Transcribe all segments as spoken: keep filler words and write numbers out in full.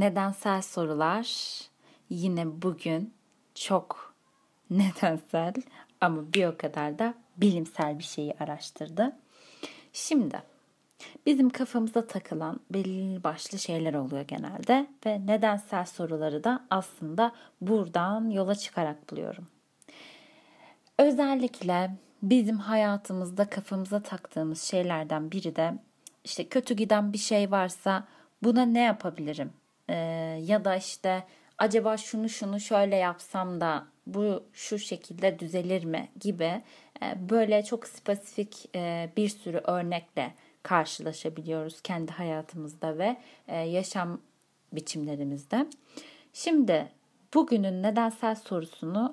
Nedensel sorular yine bugün çok nedensel ama bir o kadar da bilimsel bir şeyi araştırdı. Şimdi bizim kafamıza takılan belli başlı şeyler oluyor genelde ve nedensel soruları da aslında buradan yola çıkarak buluyorum. Özellikle bizim hayatımızda kafamıza taktığımız şeylerden biri de işte kötü giden bir şey varsa buna ne yapabilirim? Ee, ya da işte acaba şunu şunu şöyle yapsam da bu şu şekilde düzelir mi gibi e, böyle çok spesifik e, bir sürü örnekle karşılaşabiliyoruz kendi hayatımızda ve e, yaşam biçimlerimizde. Şimdi bugünün nedensel sorusunu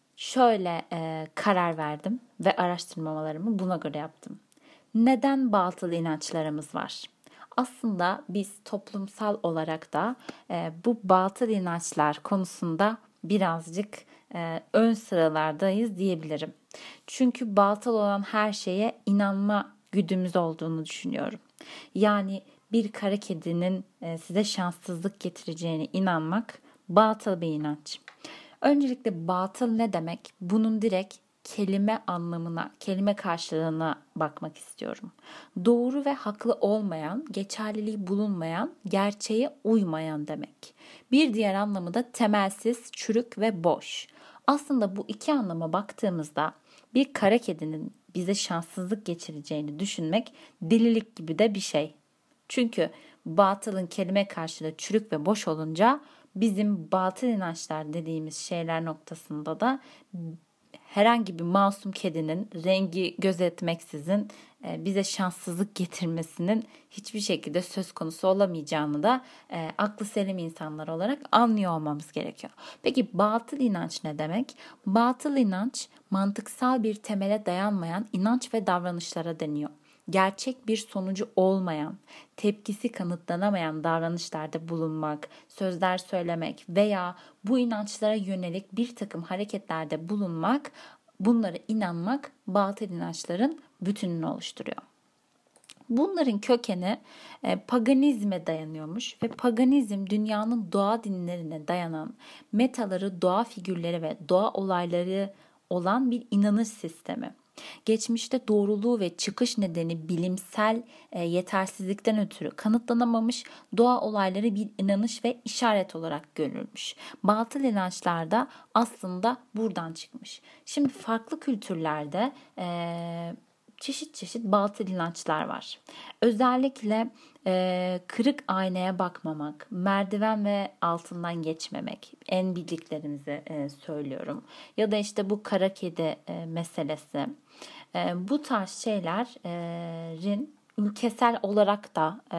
şöyle e, karar verdim ve araştırmalarımı buna göre yaptım. Neden batıl inançlarımız var? Aslında biz toplumsal olarak da e, bu batıl inançlar konusunda birazcık e, ön sıralardayız diyebilirim. Çünkü batıl olan her şeye inanma güdümüz olduğunu düşünüyorum. Yani bir kara kedinin e, size şanssızlık getireceğine inanmak batıl bir inanç. Öncelikle batıl ne demek? Bunun direkt kelime anlamına, kelime karşılığına bakmak istiyorum. Doğru ve haklı olmayan, geçerliliği bulunmayan, gerçeğe uymayan demek. Bir diğer anlamı da temelsiz, çürük ve boş. Aslında bu iki anlama baktığımızda bir kara kedinin bize şanssızlık geçireceğini düşünmek delilik gibi de bir şey. Çünkü batılın kelime karşılığı çürük ve boş olunca bizim batıl inançlar dediğimiz şeyler noktasında da herhangi bir masum kedinin rengi gözetmeksizin bize şanssızlık getirmesinin hiçbir şekilde söz konusu olamayacağını da e, aklı selim insanlar olarak anlıyor olmamız gerekiyor. Peki batıl inanç ne demek? Batıl inanç mantıksal bir temele dayanmayan inanç ve davranışlara deniyor. Gerçek bir sonucu olmayan, tepkisi kanıtlanamayan davranışlarda bulunmak, sözler söylemek veya bu inançlara yönelik bir takım hareketlerde bulunmak, bunlara inanmak batıl inançların bütününü oluşturuyor. Bunların kökeni e, paganizme dayanıyormuş ve paganizm dünyanın doğa dinlerine dayanan metaları, doğa figürleri ve doğa olayları olan bir inanış sistemi. Geçmişte doğruluğu ve çıkış nedeni bilimsel e, yetersizlikten ötürü kanıtlanamamış doğa olayları bir inanış ve işaret olarak görülmüş. Batıl inançlar da aslında buradan çıkmış. Şimdi farklı kültürlerde e, çeşit çeşit batıl inançlar var. Özellikle e, kırık aynaya bakmamak, merdiven ve altından geçmemek en bildiklerimizi e, söylüyorum. Ya da işte bu kara kedi e, meselesi. E, bu tarz şeylerin ülkesel olarak da e,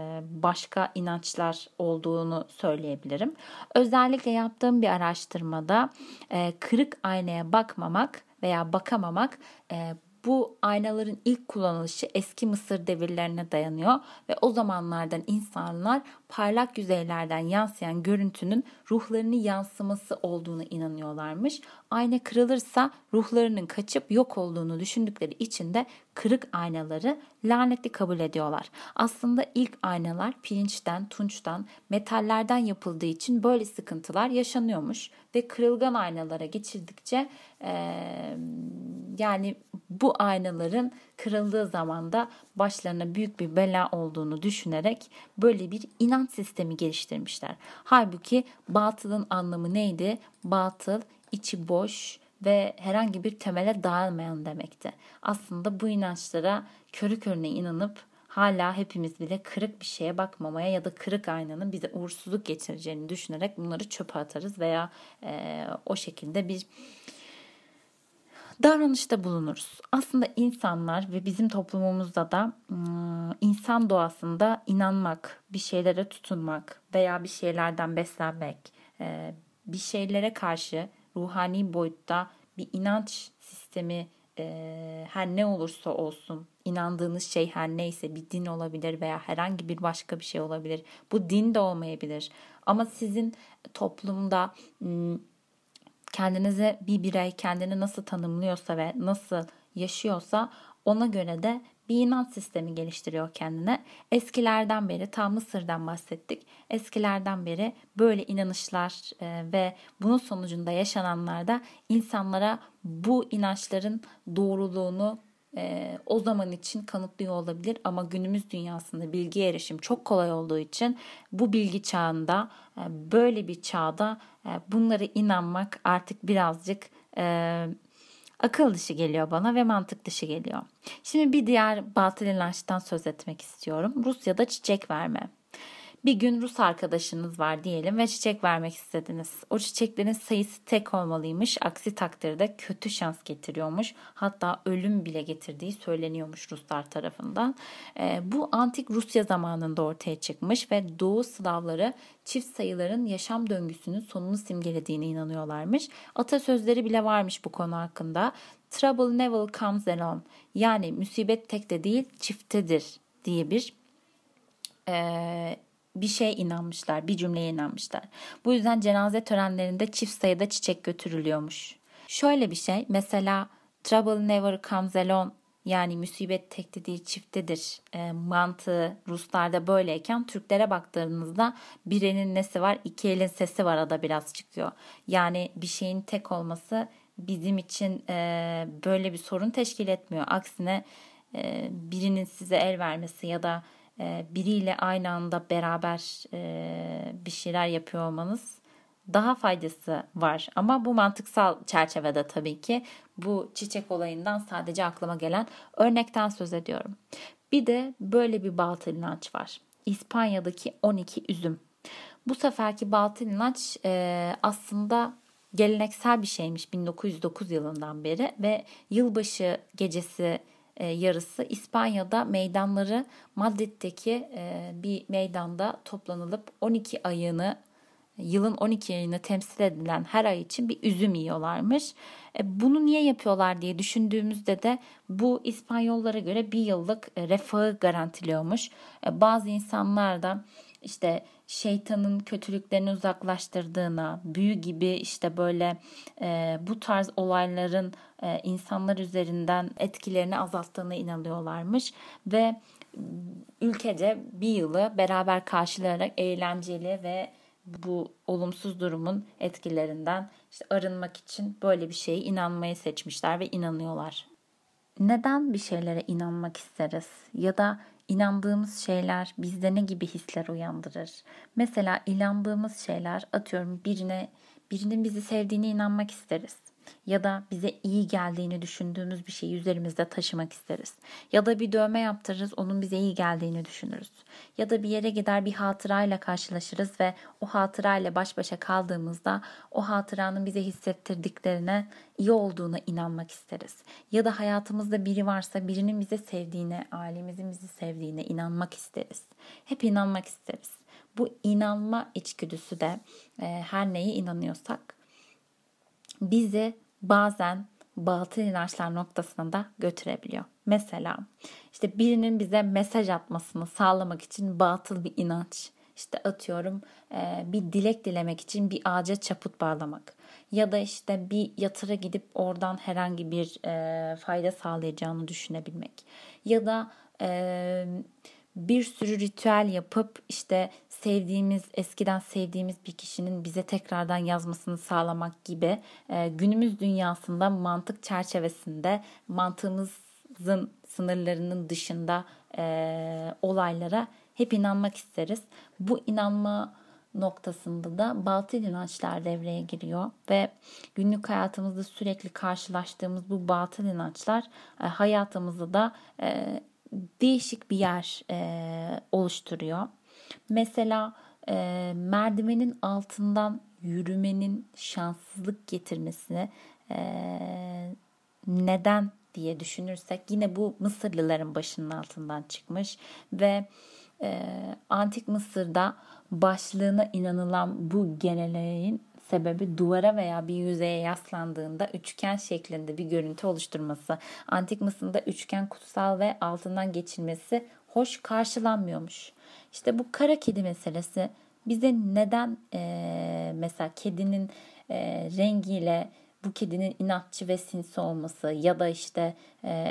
başka inançlar olduğunu söyleyebilirim. Özellikle yaptığım bir araştırmada e, kırık aynaya bakmamak veya bakamamak e, bu aynaların ilk kullanılışı eski Mısır devirlerine dayanıyor ve o zamanlardan insanlar parlak yüzeylerden yansıyan görüntünün ruhlarını yansıması olduğunu inanıyorlarmış. Ayna kırılırsa ruhlarının kaçıp yok olduğunu düşündükleri için de kırık aynaları lanetli kabul ediyorlar. Aslında ilk aynalar pirinçten, tunçtan, metallerden yapıldığı için böyle sıkıntılar yaşanıyormuş ve kırılgan aynalara geçirdikçe ee, yani bu aynaların kırıldığı zaman da başlarına büyük bir bela olduğunu düşünerek böyle bir inanç sistemi geliştirmişler. Halbuki batılın anlamı neydi? Batıl, içi boş ve herhangi bir temele dayanmayan demekti. Aslında bu inançlara körü körüne inanıp hala hepimiz bile kırık bir şeye bakmamaya ya da kırık aynanın bize uğursuzluk getireceğini düşünerek bunları çöpe atarız veya e, o şekilde bir davranışta bulunuruz. Aslında insanlar ve bizim toplumumuzda da insan doğasında inanmak, bir şeylere tutunmak veya bir şeylerden beslenmek, bir şeylere karşı ruhani boyutta bir inanç sistemi her ne olursa olsun, inandığınız şey her neyse bir din olabilir veya herhangi bir başka bir şey olabilir. Bu din de olmayabilir. Ama sizin toplumda kendinize bir birey kendini nasıl tanımlıyorsa ve nasıl yaşıyorsa ona göre de bir inanç sistemi geliştiriyor kendine. Eskilerden beri, tam Mısır'dan bahsettik. Eskilerden beri böyle inanışlar e, ve bunun sonucunda yaşananlarda insanlara bu inançların doğruluğunu e, o zaman için kanıtlıyor olabilir. Ama günümüz dünyasında bilgiye erişim çok kolay olduğu için bu bilgi çağında, e, böyle bir çağda e, bunlara inanmak artık birazcık e, akıl dışı geliyor bana ve mantık dışı geliyor. Şimdi bir diğer batıl inançtan söz etmek istiyorum. Rusya'da çiçek verme. Bir gün Rus arkadaşınız var diyelim ve çiçek vermek istediniz. O çiçeklerin sayısı tek olmalıymış. Aksi takdirde kötü şans getiriyormuş. Hatta ölüm bile getirdiği söyleniyormuş Ruslar tarafından. E, bu antik Rusya zamanında ortaya çıkmış ve Doğu Slavları çift sayıların yaşam döngüsünün sonunu simgelediğine inanıyorlarmış. Atasözleri bile varmış bu konu hakkında. Trouble never comes alone. Yani musibet tekte değil çiftedir diye bir e, bir şeye inanmışlar, bir cümleye inanmışlar. Bu yüzden cenaze törenlerinde çift sayıda çiçek götürülüyormuş. Şöyle bir şey, mesela trouble never comes alone, yani musibet tekte değil çiftedir e, mantığı Ruslarda böyleyken Türklere baktığınızda bir elin nesi var, iki elin sesi var da biraz çıkıyor. Yani bir şeyin tek olması bizim için e, böyle bir sorun teşkil etmiyor. Aksine e, birinin size el vermesi ya da biriyle aynı anda beraber bir şeyler yapıyor olmanız daha faydası var. Ama bu mantıksal çerçevede tabii ki bu çiçek olayından sadece aklıma gelen örnekten söz ediyorum. Bir de böyle bir batıl inanç var. İspanya'daki on iki üzüm. Bu seferki batıl inanç aslında geleneksel bir şeymiş bin dokuz yüz dokuz yılından beri ve yılbaşı gecesi yarısı İspanya'da meydanları Madrid'deki bir meydanda toplanılıp on iki ayını, yılın on iki ayını temsil edilen her ay için bir üzüm yiyorlarmış. Bunu niye yapıyorlar diye düşündüğümüzde de bu İspanyollara göre bir yıllık refahı garantiliyormuş. Bazı insanlar da işte şeytanın kötülüklerini uzaklaştırdığına, büyü gibi işte böyle e, bu tarz olayların e, insanlar üzerinden etkilerini azalttığına inanıyorlarmış ve ülkece bir yılı beraber karşılayarak eğlenceli ve bu olumsuz durumun etkilerinden işte arınmak için böyle bir şeye inanmayı seçmişler ve inanıyorlar. Neden bir şeylere inanmak isteriz? Ya da inandığımız şeyler bizde ne gibi hisler uyandırır? Mesela inandığımız şeyler, atıyorum birine birinin bizi sevdiğine inanmak isteriz. Ya da bize iyi geldiğini düşündüğümüz bir şeyi üzerimizde taşımak isteriz. Ya da bir dövme yaptırırız, onun bize iyi geldiğini düşünürüz. Ya da bir yere gider bir hatırayla karşılaşırız ve o hatırayla baş başa kaldığımızda o hatıranın bize hissettirdiklerine iyi olduğuna inanmak isteriz. Ya da hayatımızda biri varsa birinin bize sevdiğine, ailemizin bizi sevdiğine inanmak isteriz. Hep inanmak isteriz. Bu inanma içgüdüsü de e, her neye inanıyorsak bizi bazen batıl inançlar noktasına da götürebiliyor. Mesela işte birinin bize mesaj atmasını sağlamak için batıl bir inanç. İşte atıyorum bir dilek dilemek için bir ağaca çaput bağlamak. Ya da işte bir yatıra gidip oradan herhangi bir fayda sağlayacağını düşünebilmek. Ya da bir sürü ritüel yapıp işte sevdiğimiz, eskiden sevdiğimiz bir kişinin bize tekrardan yazmasını sağlamak gibi e, günümüz dünyasında mantık çerçevesinde mantığımızın sınırlarının dışında e, olaylara hep inanmak isteriz. Bu inanma noktasında da batıl inançlar devreye giriyor ve günlük hayatımızda sürekli karşılaştığımız bu batıl inançlar e, hayatımızda da e, değişik bir yer e, oluşturuyor. Mesela e, merdivenin altından yürümenin şanssızlık getirmesine e, neden diye düşünürsek yine bu Mısırlıların başının altından çıkmış ve e, Antik Mısır'da başlığına inanılan bu geleneğin sebebi duvara veya bir yüzeye yaslandığında üçgen şeklinde bir görüntü oluşturması. Antik Mısır'da üçgen kutsal ve altından geçilmesi hoş karşılanmıyormuş. İşte bu kara kedi meselesi bize neden e, mesela kedinin e, rengiyle bu kedinin inatçı ve sinsi olması ya da işte e,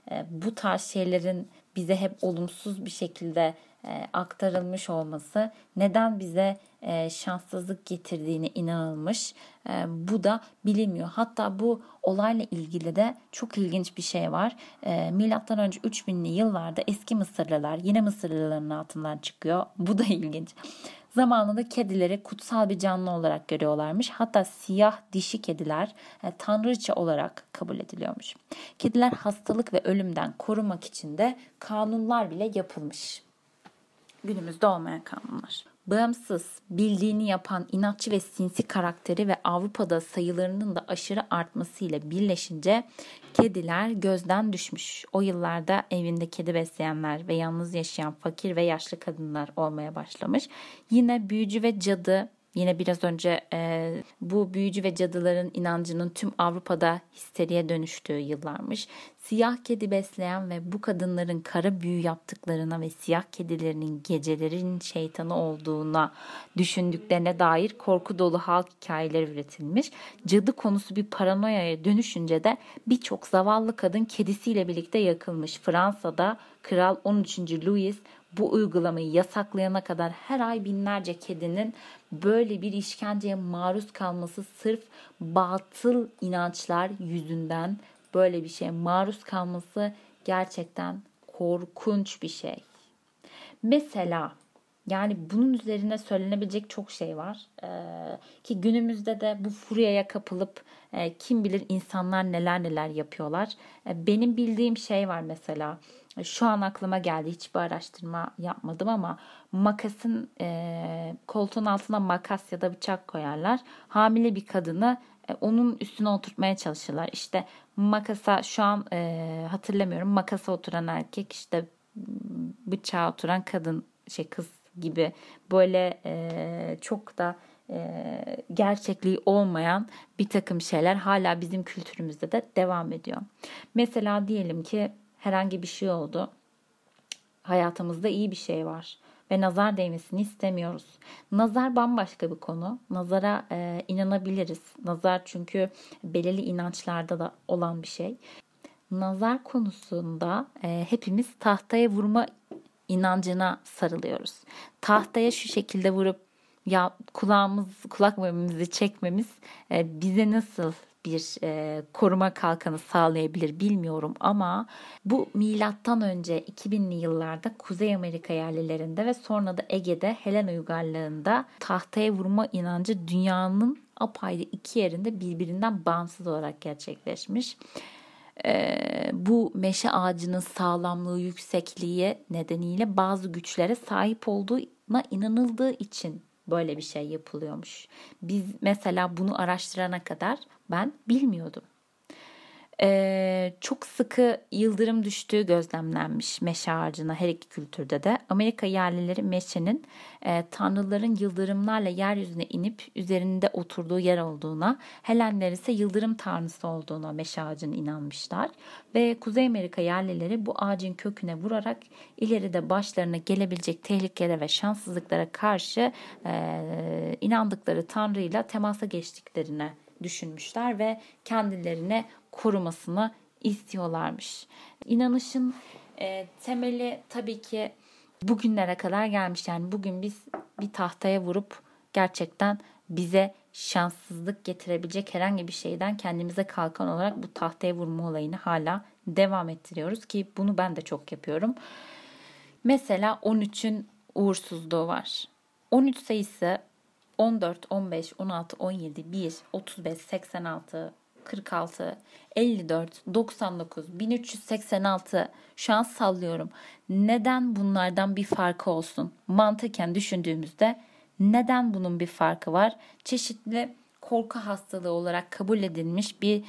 e, bu tarz şeylerin bize hep olumsuz bir şekilde e, aktarılmış olması neden bize e, şanssızlık getirdiğine inanılmış. E, bu da bilinmiyor. Hatta bu olayla ilgili de çok ilginç bir şey var. E, Milattan önce üç binli yıllarda eski Mısırlılar yine Mısırlıların altından çıkıyor. Bu da ilginç. Zamanında kedileri kutsal bir canlı olarak görüyorlarmış. Hatta siyah dişi kediler e, tanrıça olarak kabul ediliyormuş. Kediler hastalık ve ölümden korumak için de kanunlar bile yapılmış. Günümüzde olmayan kanunlar. Bağımsız, bildiğini yapan inatçı ve sinsi karakteri ve Avrupa'da sayılarının da aşırı artmasıyla birleşince kediler gözden düşmüş. O yıllarda evinde kedi besleyenler ve yalnız yaşayan fakir ve yaşlı kadınlar olmaya başlamış. Yine büyücü ve cadı, yine biraz önce e, bu büyücü ve cadıların inancının tüm Avrupa'da histeriye dönüştüğü yıllarmış. Siyah kedi besleyen ve bu kadınların kara büyü yaptıklarına ve siyah kedilerinin gecelerin şeytanı olduğuna düşündüklerine dair korku dolu halk hikayeleri üretilmiş. Cadı konusu bir paranoyaya dönüşünce de birçok zavallı kadın kedisiyle birlikte yakılmış. Fransa'da Kral on üçüncü. Louis bu uygulamayı yasaklayana kadar her ay binlerce kedinin böyle bir işkenceye maruz kalması sırf batıl inançlar yüzünden böyle bir şeye maruz kalması gerçekten korkunç bir şey. Mesela yani bunun üzerine söylenebilecek çok şey var. Ee, ki günümüzde de bu furyaya kapılıp e, kim bilir insanlar neler neler yapıyorlar. E, benim bildiğim şey var mesela. Şu an aklıma geldi. Hiçbir araştırma yapmadım ama makasın e, koltuğun altına makas ya da bıçak koyarlar. Hamile bir kadını e, onun üstüne oturtmaya çalışırlar. İşte makasa şu an e, hatırlamıyorum. Makasa oturan erkek işte bıçağa oturan kadın şey kız gibi böyle e, çok da e, gerçekliği olmayan bir takım şeyler hala bizim kültürümüzde de devam ediyor. Mesela diyelim ki herhangi bir şey oldu. Hayatımızda iyi bir şey var ve nazar değmesini istemiyoruz. Nazar bambaşka bir konu. Nazara e, inanabiliriz. Nazar çünkü belirli inançlarda da olan bir şey. Nazar konusunda e, hepimiz tahtaya vurma inancına sarılıyoruz. Tahtaya şu şekilde vurup ya kulağımız kulak mememizi çekmemiz e, bize nasıl bir e, koruma kalkanı sağlayabilir bilmiyorum ama bu milattan önce iki binli yıllarda Kuzey Amerika yerlilerinde ve sonra da Ege'de Helen uygarlığında tahtaya vurma inancı dünyanın apayrı iki yerinde birbirinden bağımsız olarak gerçekleşmiş. Ee, bu meşe ağacının sağlamlığı, yüksekliği nedeniyle bazı güçlere sahip olduğuna inanıldığı için böyle bir şey yapılıyormuş. Biz mesela bunu araştırana kadar ben bilmiyordum. Ee, çok sıkı yıldırım düştüğü gözlemlenmiş meşe ağacına her iki kültürde de. Amerika yerlileri meşenin e, tanrıların yıldırımlarla yeryüzüne inip üzerinde oturduğu yer olduğuna, Helenler ise yıldırım tanrısı olduğuna meşe ağacına inanmışlar. Ve Kuzey Amerika yerlileri bu ağacın köküne vurarak ileride başlarına gelebilecek tehlikelere ve şanssızlıklara karşı e, inandıkları tanrıyla temasa geçtiklerine düşünmüşler ve kendilerine korumasını istiyorlarmış. İnanışın e, temeli tabii ki bugünlere kadar gelmiş. Yani bugün biz bir tahtaya vurup gerçekten bize şanssızlık getirebilecek herhangi bir şeyden kendimize kalkan olarak bu tahtaya vurma olayını hala devam ettiriyoruz ki bunu ben de çok yapıyorum. Mesela on üçün uğursuzluğu var. on üç sayısı on dört, on beş, on altı, on yedi, bir, otuz beş, seksen altı, kırk altı, elli dört, doksan dokuz, bin üç yüz seksen altı şu an sallıyorum. Neden bunlardan bir farkı olsun? Mantıken düşündüğümüzde neden bunun bir farkı var? Çeşitli korku hastalığı olarak kabul edilmiş bir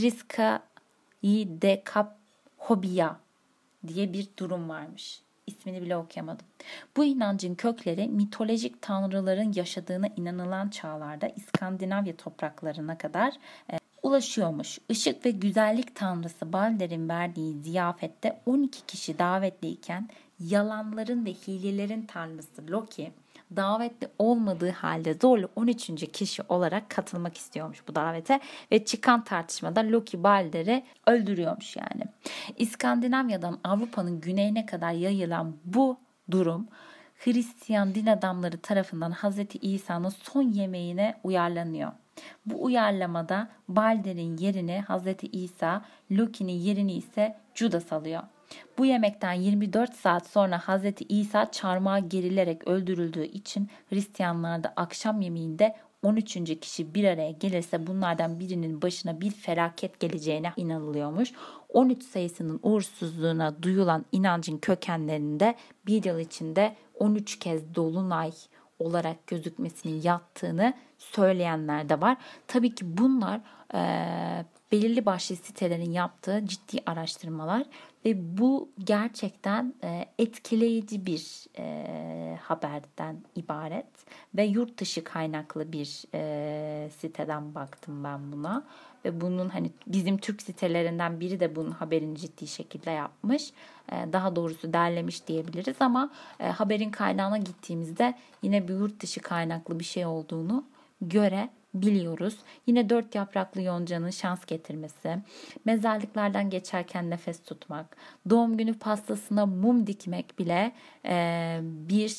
triskaidekaphobiya diye bir durum varmış. İsmini bile okuyamadım. Bu inancın kökleri mitolojik tanrıların yaşadığına inanılan çağlarda İskandinavya topraklarına kadar e, ulaşıyormuş. Işık ve güzellik tanrısı Balder'in verdiği ziyafette on iki kişi davetliyken yalanların ve hilelerin tanrısı Loki davetli olmadığı halde zorla on üçüncü kişi olarak katılmak istiyormuş bu davete ve çıkan tartışmada Loki Balder'i öldürüyormuş yani. İskandinavya'dan Avrupa'nın güneyine kadar yayılan bu durum Hristiyan din adamları tarafından Hazreti İsa'nın son yemeğine uyarlanıyor. Bu uyarlamada Balder'in yerini Hazreti İsa, Loki'nin yerini ise Judas alıyor. Bu yemekten yirmi dört saat sonra Hazreti İsa çarmıha gerilerek öldürüldüğü için Hristiyanlarda akşam yemeğinde on üçüncü kişi bir araya gelirse bunlardan birinin başına bir felaket geleceğine inanılıyormuş. on üç sayısının uğursuzluğuna duyulan inancın kökenlerinde bir yıl içinde on üç kez dolunay olarak gözükmesinin yattığını söyleyenler de var. Tabii ki bunlar e, belirli başlı sitelerin yaptığı ciddi araştırmalar ve bu gerçekten e, etkileyici bir e, haberden ibaret ve yurt dışı kaynaklı bir e, siteden baktım ben buna ve bunun hani bizim Türk sitelerinden biri de bunun haberini ciddi şekilde yapmış. E, daha doğrusu derlemiş diyebiliriz ama e, haberin kaynağına gittiğimizde yine bir yurt dışı kaynaklı bir şey olduğunu görebiliyoruz. Yine dört yapraklı yoncanın şans getirmesi, mezarlıklardan geçerken nefes tutmak, doğum günü pastasına mum dikmek bile e, bir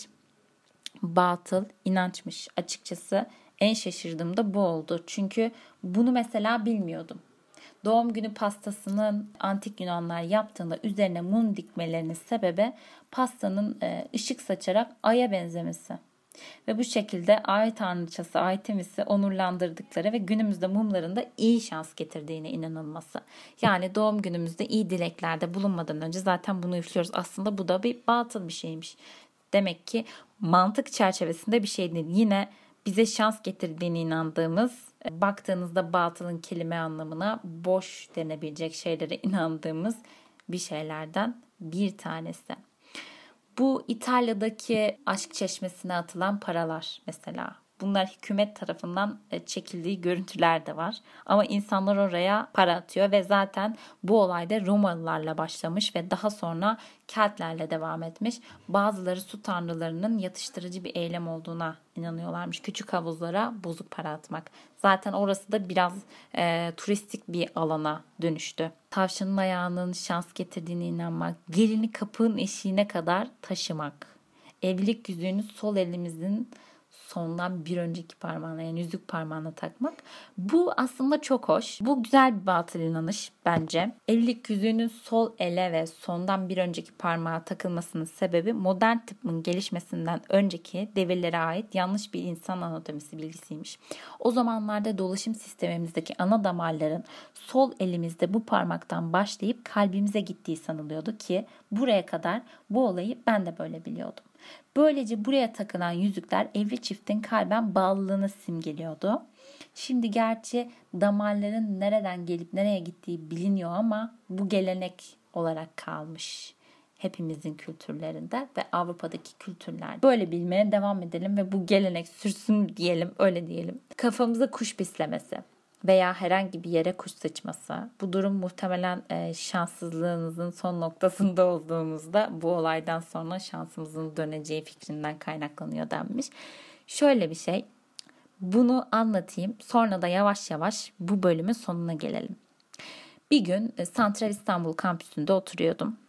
batıl inançmış. Açıkçası en şaşırdığım da bu oldu. Çünkü bunu mesela bilmiyordum. Doğum günü pastasının antik Yunanlar yaptığında üzerine mum dikmelerinin sebebi pastanın ışık saçarak aya benzemesi. Ve bu şekilde ay tanrıçası Artemis'i onurlandırdıkları ve günümüzde mumların da iyi şans getirdiğine inanılması. Yani doğum günümüzde iyi dileklerde bulunmadan önce zaten bunu üflüyoruz. Aslında bu da bir batıl bir şeymiş. Demek ki mantık çerçevesinde bir şey değil. Yine bize şans getirdiğine inandığımız, baktığınızda batılın kelime anlamına boş denebilecek şeylere inandığımız bir şeylerden bir tanesi. Bu İtalya'daki aşk çeşmesine atılan paralar mesela. Bunlar hükümet tarafından çekildiği görüntüler de var. Ama insanlar oraya para atıyor ve zaten bu olayda Romalılarla başlamış ve daha sonra Keltlerle devam etmiş. Bazıları su tanrılarının yatıştırıcı bir eylem olduğuna inanıyorlarmış. Küçük havuzlara bozuk para atmak. Zaten orası da biraz e, turistik bir alana dönüştü. Tavşanın ayağının şans getirdiğine inanmak, gelini kapının eşiğine kadar taşımak, evlilik yüzüğünü sol elimizin sondan bir önceki parmağına yani yüzük parmağına takmak. Bu aslında çok hoş. Bu güzel bir batıl inanış bence. Evlilik yüzüğünün sol ele ve sondan bir önceki parmağa takılmasının sebebi modern tıbbın gelişmesinden önceki devirlere ait yanlış bir insan anatomisi bilgisiymiş. O zamanlarda dolaşım sistemimizdeki ana damarların sol elimizde bu parmaktan başlayıp kalbimize gittiği sanılıyordu ki buraya kadar bu olayı ben de böyle biliyordum. Böylece buraya takılan yüzükler evli çiftin kalben bağlılığını simgeliyordu. Şimdi gerçi damarların nereden gelip nereye gittiği biliniyor ama bu gelenek olarak kalmış hepimizin kültürlerinde ve Avrupa'daki kültürlerde. Böyle bilmeye devam edelim ve bu gelenek sürsün diyelim, öyle diyelim. Kafamıza kuş pislemesi veya herhangi bir yere kuş sıçması. Bu durum muhtemelen e, şanssızlığınızın son noktasında olduğunuzda bu olaydan sonra şansımızın döneceği fikrinden kaynaklanıyor denmiş. Şöyle bir şey, bunu anlatayım. Sonra da yavaş yavaş bu bölümün sonuna gelelim. Bir gün e, Santral İstanbul kampüsünde oturuyordum.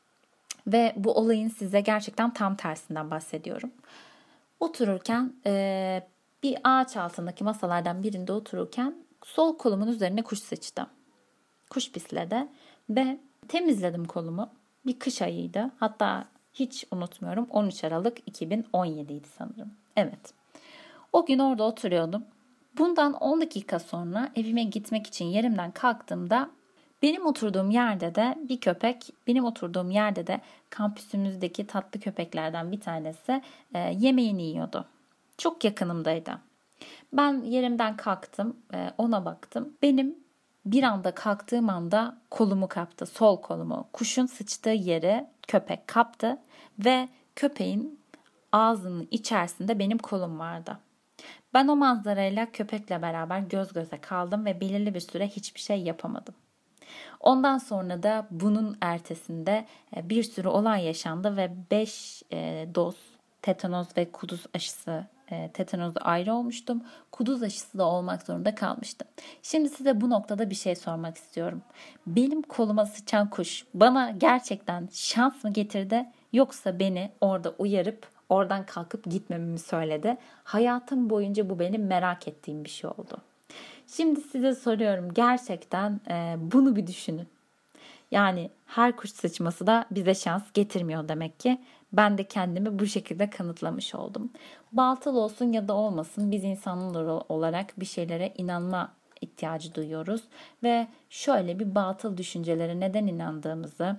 Ve bu olayın size gerçekten tam tersinden bahsediyorum. Otururken e, bir ağaç altındaki masalardan birinde otururken sol kolumun üzerine kuş sıçtı. Kuş pisledi ve temizledim kolumu. Bir kış ayıydı. Hatta hiç unutmuyorum on üç Aralık iki bin on yediydi sanırım. Evet. O gün orada oturuyordum. Bundan on dakika sonra evime gitmek için yerimden kalktığımda benim oturduğum yerde de bir köpek, benim oturduğum yerde de kampüsümüzdeki tatlı köpeklerden bir tanesi e, yemeğini yiyordu. Çok yakınımdaydı. Ben yerimden kalktım, ona baktım. Benim bir anda kalktığım anda kolumu kaptı, sol kolumu. Kuşun sıçtığı yeri köpek kaptı ve köpeğin ağzının içerisinde benim kolum vardı. Ben o manzarayla köpekle beraber göz göze kaldım ve belirli bir süre hiçbir şey yapamadım. Ondan sonra da bunun ertesinde bir sürü olay yaşandı ve beş doz tetanoz ve kuduz aşısı, e, tetanozda ayrı olmuştum. Kuduz aşısı da olmak zorunda kalmıştım. Şimdi size bu noktada bir şey sormak istiyorum. Benim koluma sıçan kuş bana gerçekten şans mı getirdi, yoksa beni orada uyarıp oradan kalkıp gitmememi söyledi? Hayatım boyunca bu benim merak ettiğim bir şey oldu. Şimdi size soruyorum, gerçekten e, bunu bir düşünün. Yani her kuş sıçması da bize şans getirmiyor demek ki. Ben de kendimi bu şekilde kanıtlamış oldum. Batıl olsun ya da olmasın, biz insanlar olarak bir şeylere inanma ihtiyacı duyuyoruz. Ve şöyle bir batıl düşüncelere neden inandığımızı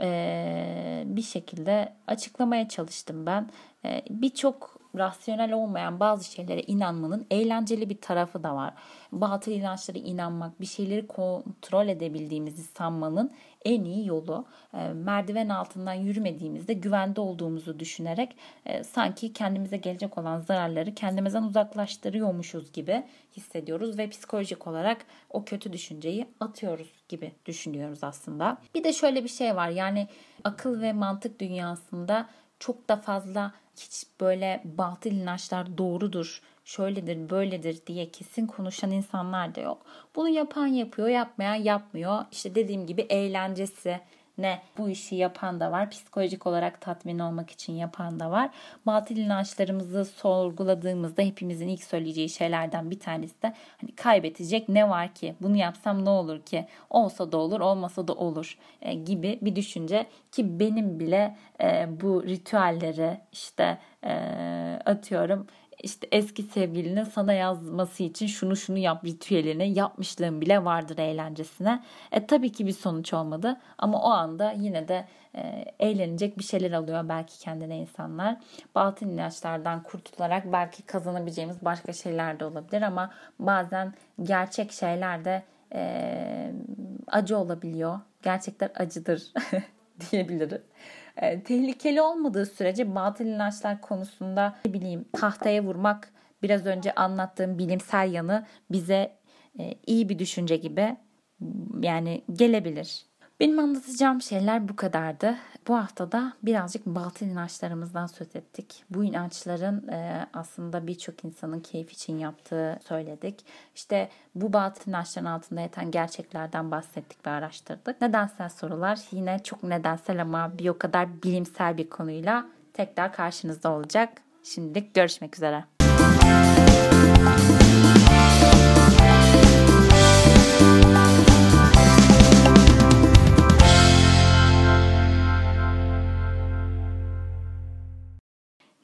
e, bir şekilde açıklamaya çalıştım ben. E, Birçok rasyonel olmayan bazı şeylere inanmanın eğlenceli bir tarafı da var. Batıl inançlara inanmak, bir şeyleri kontrol edebildiğimizi sanmanın en iyi yolu. E, merdiven altından yürümediğimizde güvende olduğumuzu düşünerek e, sanki kendimize gelecek olan zararları kendimizden uzaklaştırıyormuşuz gibi hissediyoruz ve psikolojik olarak o kötü düşünceyi atıyoruz gibi düşünüyoruz aslında. Bir de şöyle bir şey var, yani akıl ve mantık dünyasında çok da fazla hiç böyle batıl inançlar doğrudur, şöyledir, böyledir diye kesin konuşan insanlar da yok. Bunu yapan yapıyor, yapmayan yapmıyor. İşte dediğim gibi eğlencesi ne bu işi yapan da var. Psikolojik olarak tatmin olmak için yapan da var. Batıl inançlarımızı sorguladığımızda hepimizin ilk söyleyeceği şeylerden bir tanesi de hani kaybedecek ne var ki? Bunu yapsam ne olur ki? Olsa da olur, olmasa da olur e, gibi bir düşünce ki benim bile e, bu ritüelleri işte e, atıyorum işte eski sevgilinin sana yazması için şunu şunu yap ritüelini yapmışlığım bile vardır eğlencesine. E tabii ki bir sonuç olmadı ama o anda yine de e, eğlenecek bir şeyler alıyor belki kendine insanlar. Batıl inançlardan kurtularak belki kazanabileceğimiz başka şeyler de olabilir ama bazen gerçek şeyler de e, acı olabiliyor. Gerçekler acıdır diyebilirim. E, tehlikeli olmadığı sürece batıl inançlar konusunda ne bileyim tahtaya vurmak, biraz önce anlattığım bilimsel yanı bize e, iyi bir düşünce gibi yani gelebilir. Benim anlatacağım şeyler bu kadardı. Bu hafta da birazcık batıl inançlarımızdan söz ettik. Bu inançların e, aslında birçok insanın keyif için yaptığı söyledik. İşte bu batıl inançların altında yatan gerçeklerden bahsettik ve araştırdık. Nedensel sorular yine çok nedensel ama bir o kadar bilimsel bir konuyla tekrar karşınızda olacak. Şimdilik görüşmek üzere.